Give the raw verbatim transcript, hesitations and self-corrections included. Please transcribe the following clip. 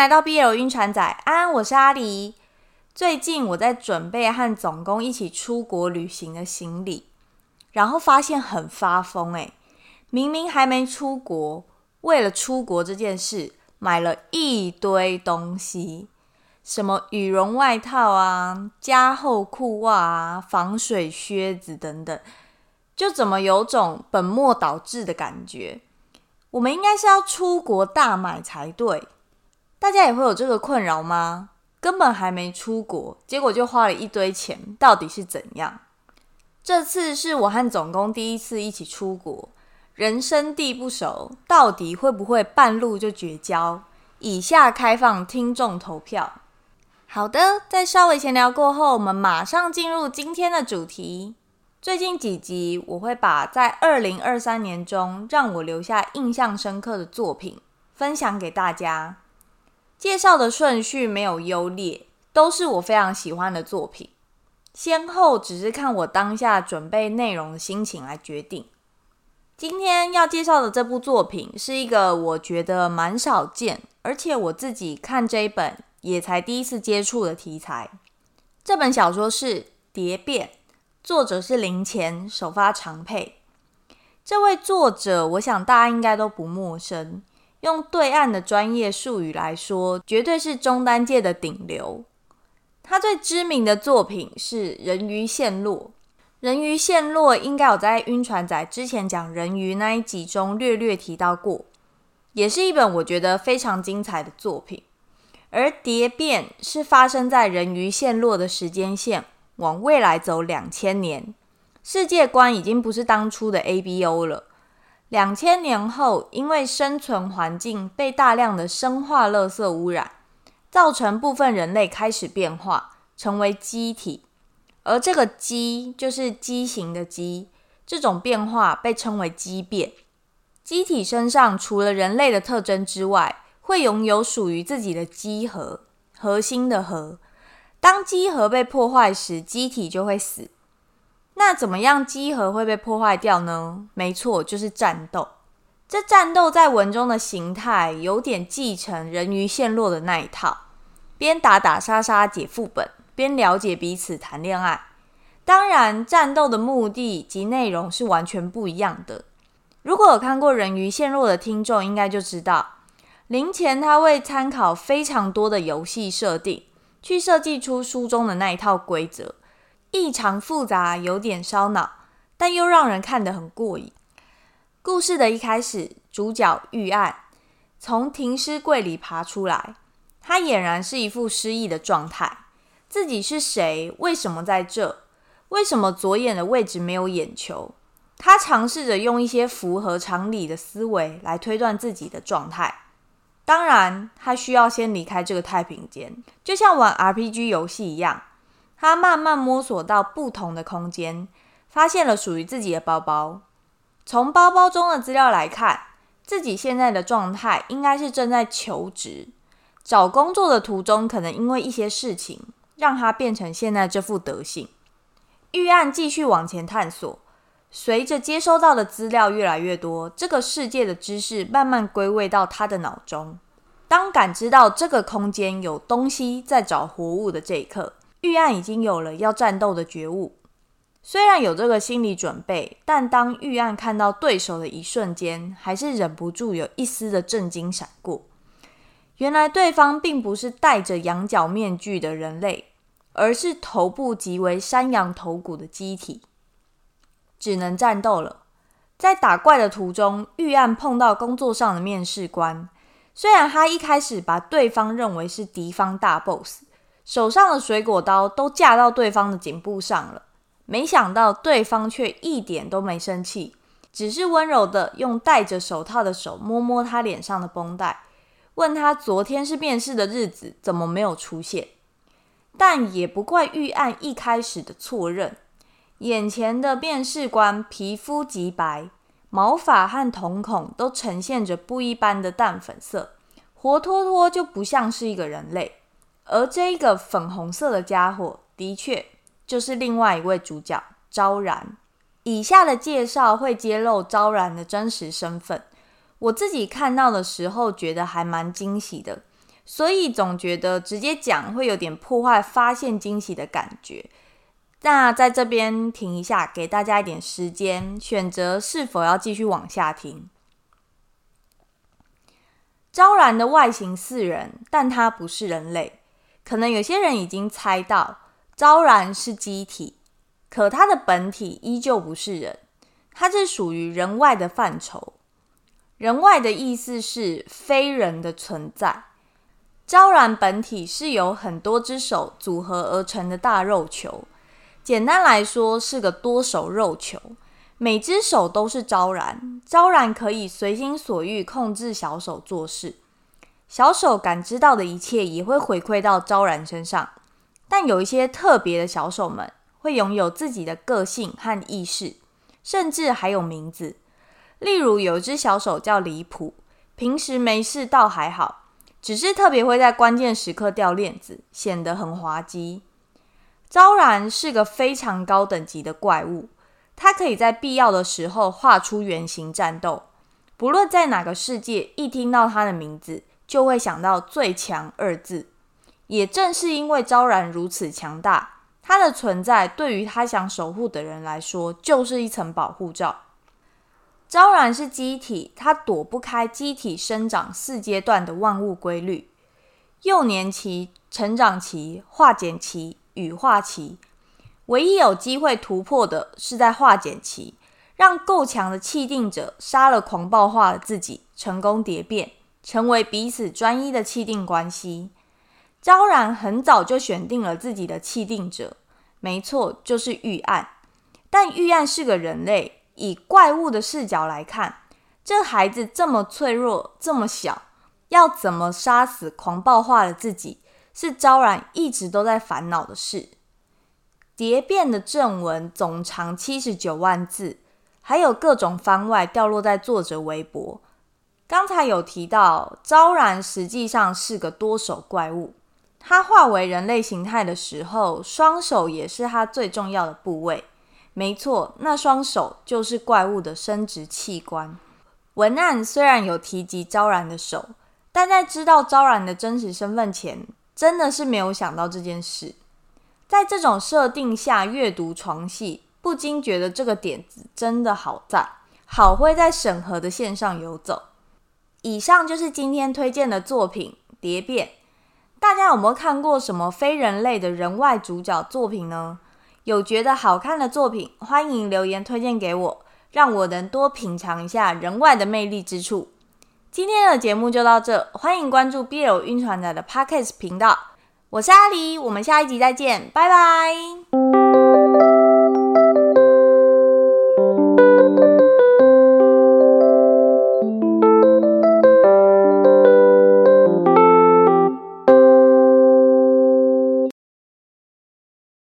到 B L 晕船仔，安，我是阿狸。最近我在准备和总工一起出国旅行的行李，然后发现很发疯欸，明明还没出国，为了出国这件事买了一堆东西，什么羽绒外套啊、加厚裤袜啊、防水靴子等等，就怎么有种本末倒置的感觉。我们应该是要出国大买才对。大家也会有这个困扰吗？根本还没出国，结果就花了一堆钱，到底是怎样？这次是我和总工第一次一起出国，人生地不熟，到底会不会半路就绝交？以下开放听众投票。好的，在稍微闲聊过后，我们马上进入今天的主题。最近几集我会把在二零二三年中让我留下印象深刻的作品分享给大家。介绍的顺序没有优劣，都是我非常喜欢的作品，先后只是看我当下准备内容的心情来决定。今天要介绍的这部作品是一个我觉得蛮少见，而且我自己看这一本也才第一次接触的题材。这本小说是《蝶变》，作者是林乾，首发长配。这位作者我想大家应该都不陌生，用对岸的专业术语来说，绝对是中单界的顶流。他最知名的作品是《人鱼陷落》，《人鱼陷落》应该有在晕船仔之前讲人鱼那一集中略略提到过，也是一本我觉得非常精彩的作品。而《蝶变》是发生在人鱼陷落的时间线往未来走两千年，世界观已经不是当初的 A B O 了。两千年后，因为生存环境被大量的生化垃圾污染，造成部分人类开始变化，成为机体。而这个机就是畸形的机，这种变化被称为畸变。机体身上除了人类的特征之外，会拥有属于自己的基核，核心的核。当基核被破坏时，机体就会死。那怎么样基核会被破坏掉呢？没错，就是战斗。这战斗在文中的形态有点继承人鱼陷落的那一套，边打打杀杀解副本，边了解彼此谈恋爱。当然，战斗的目的及内容是完全不一样的。如果有看过人鱼陷落的听众应该就知道，林乾他会参考非常多的游戏设定，去设计出书中的那一套规则。异常复杂，有点烧脑，但又让人看得很过瘾。故事的一开始，主角玉案从停尸柜里爬出来，他俨然是一副失忆的状态。自己是谁？为什么在这？为什么左眼的位置没有眼球？他尝试着用一些符合常理的思维来推断自己的状态。当然，他需要先离开这个太平间，就像玩 R P G 游戏一样。他慢慢摸索到不同的空间，发现了属于自己的包包。从包包中的资料来看，自己现在的状态应该是正在求职，找工作的途中可能因为一些事情，让他变成现在这副德行。玉案继续往前探索，随着接收到的资料越来越多，这个世界的知识慢慢归位到他的脑中。当感知到这个空间有东西在找活物的这一刻，玉案已经有了要战斗的觉悟。虽然有这个心理准备，但当玉案看到对手的一瞬间，还是忍不住有一丝的震惊闪过。原来对方并不是戴着羊角面具的人类，而是头部极为山羊头骨的机体。只能战斗了。在打怪的途中，玉案碰到工作上的面试官。虽然他一开始把对方认为是敌方大 boss，手上的水果刀都架到对方的颈部上了，没想到对方却一点都没生气，只是温柔的用戴着手套的手摸摸他脸上的绷带，问他昨天是面试的日子，怎么没有出现。但也不怪玉案一开始的错认，眼前的面试官皮肤极白，毛发和瞳孔都呈现着不一般的淡粉色，活脱脱就不像是一个人类。而这个粉红色的家伙，的确就是另外一位主角昭然。以下的介绍会揭露昭然的真实身份，我自己看到的时候觉得还蛮惊喜的， 所以总觉得直接讲会有点破坏发现惊喜的感觉。那在这边停一下，给大家一点时间选择是否要继续往下听。昭然的外形似人，但他不是人类。可能有些人已经猜到，昭然是机体，可他的本体依旧不是人，他是属于人外的范畴。人外的意思是非人的存在。昭然本体是由很多只手组合而成的大肉球，简单来说是个多手肉球，每只手都是昭然，昭然可以随心所欲控制小手做事，小手感知到的一切也会回馈到昭然身上。但有一些特别的小手们会拥有自己的个性和意识，甚至还有名字。例如有一只小手叫离谱，平时没事倒还好，只是特别会在关键时刻掉链子，显得很滑稽。昭然是个非常高等级的怪物，他可以在必要的时候画出原形战斗，不论在哪个世界，一听到他的名字就会想到最强二字。也正是因为昭然如此强大，他的存在对于他想守护的人来说就是一层保护罩。昭然是机体，他躲不开机体生长四阶段的万物规律：幼年期、成长期、化茧期、羽化期。唯一有机会突破的是在化茧期，让够强的气定者杀了狂暴化的自己，成功蝶变，成为彼此专一的气定关系。昭然很早就选定了自己的气定者，没错，就是玉案。但玉案是个人类，以怪物的视角来看，这孩子这么脆弱，这么小，要怎么杀死狂暴化的自己，是昭然一直都在烦恼的事。蝶变的正文总长七十九万字，还有各种番外掉落在作者微博。刚才有提到，昭然实际上是个多手怪物，他化为人类形态的时候，双手也是他最重要的部位。没错，那双手就是怪物的生殖器官。文案虽然有提及昭然的手，但在知道昭然的真实身份前，真的是没有想到这件事。在这种设定下阅读床戏，不禁觉得这个点子真的好赞，好会在审核的线上游走。以上就是今天推荐的作品《蝶变》。大家有没有看过什么非人类的人外主角作品呢？有觉得好看的作品，欢迎留言推荐给我，让我能多品尝一下人外的魅力之处。今天的节目就到这，欢迎关注 B L 晕船仔的 Podcast 频道。我是阿狸，我们下一集再见，拜拜。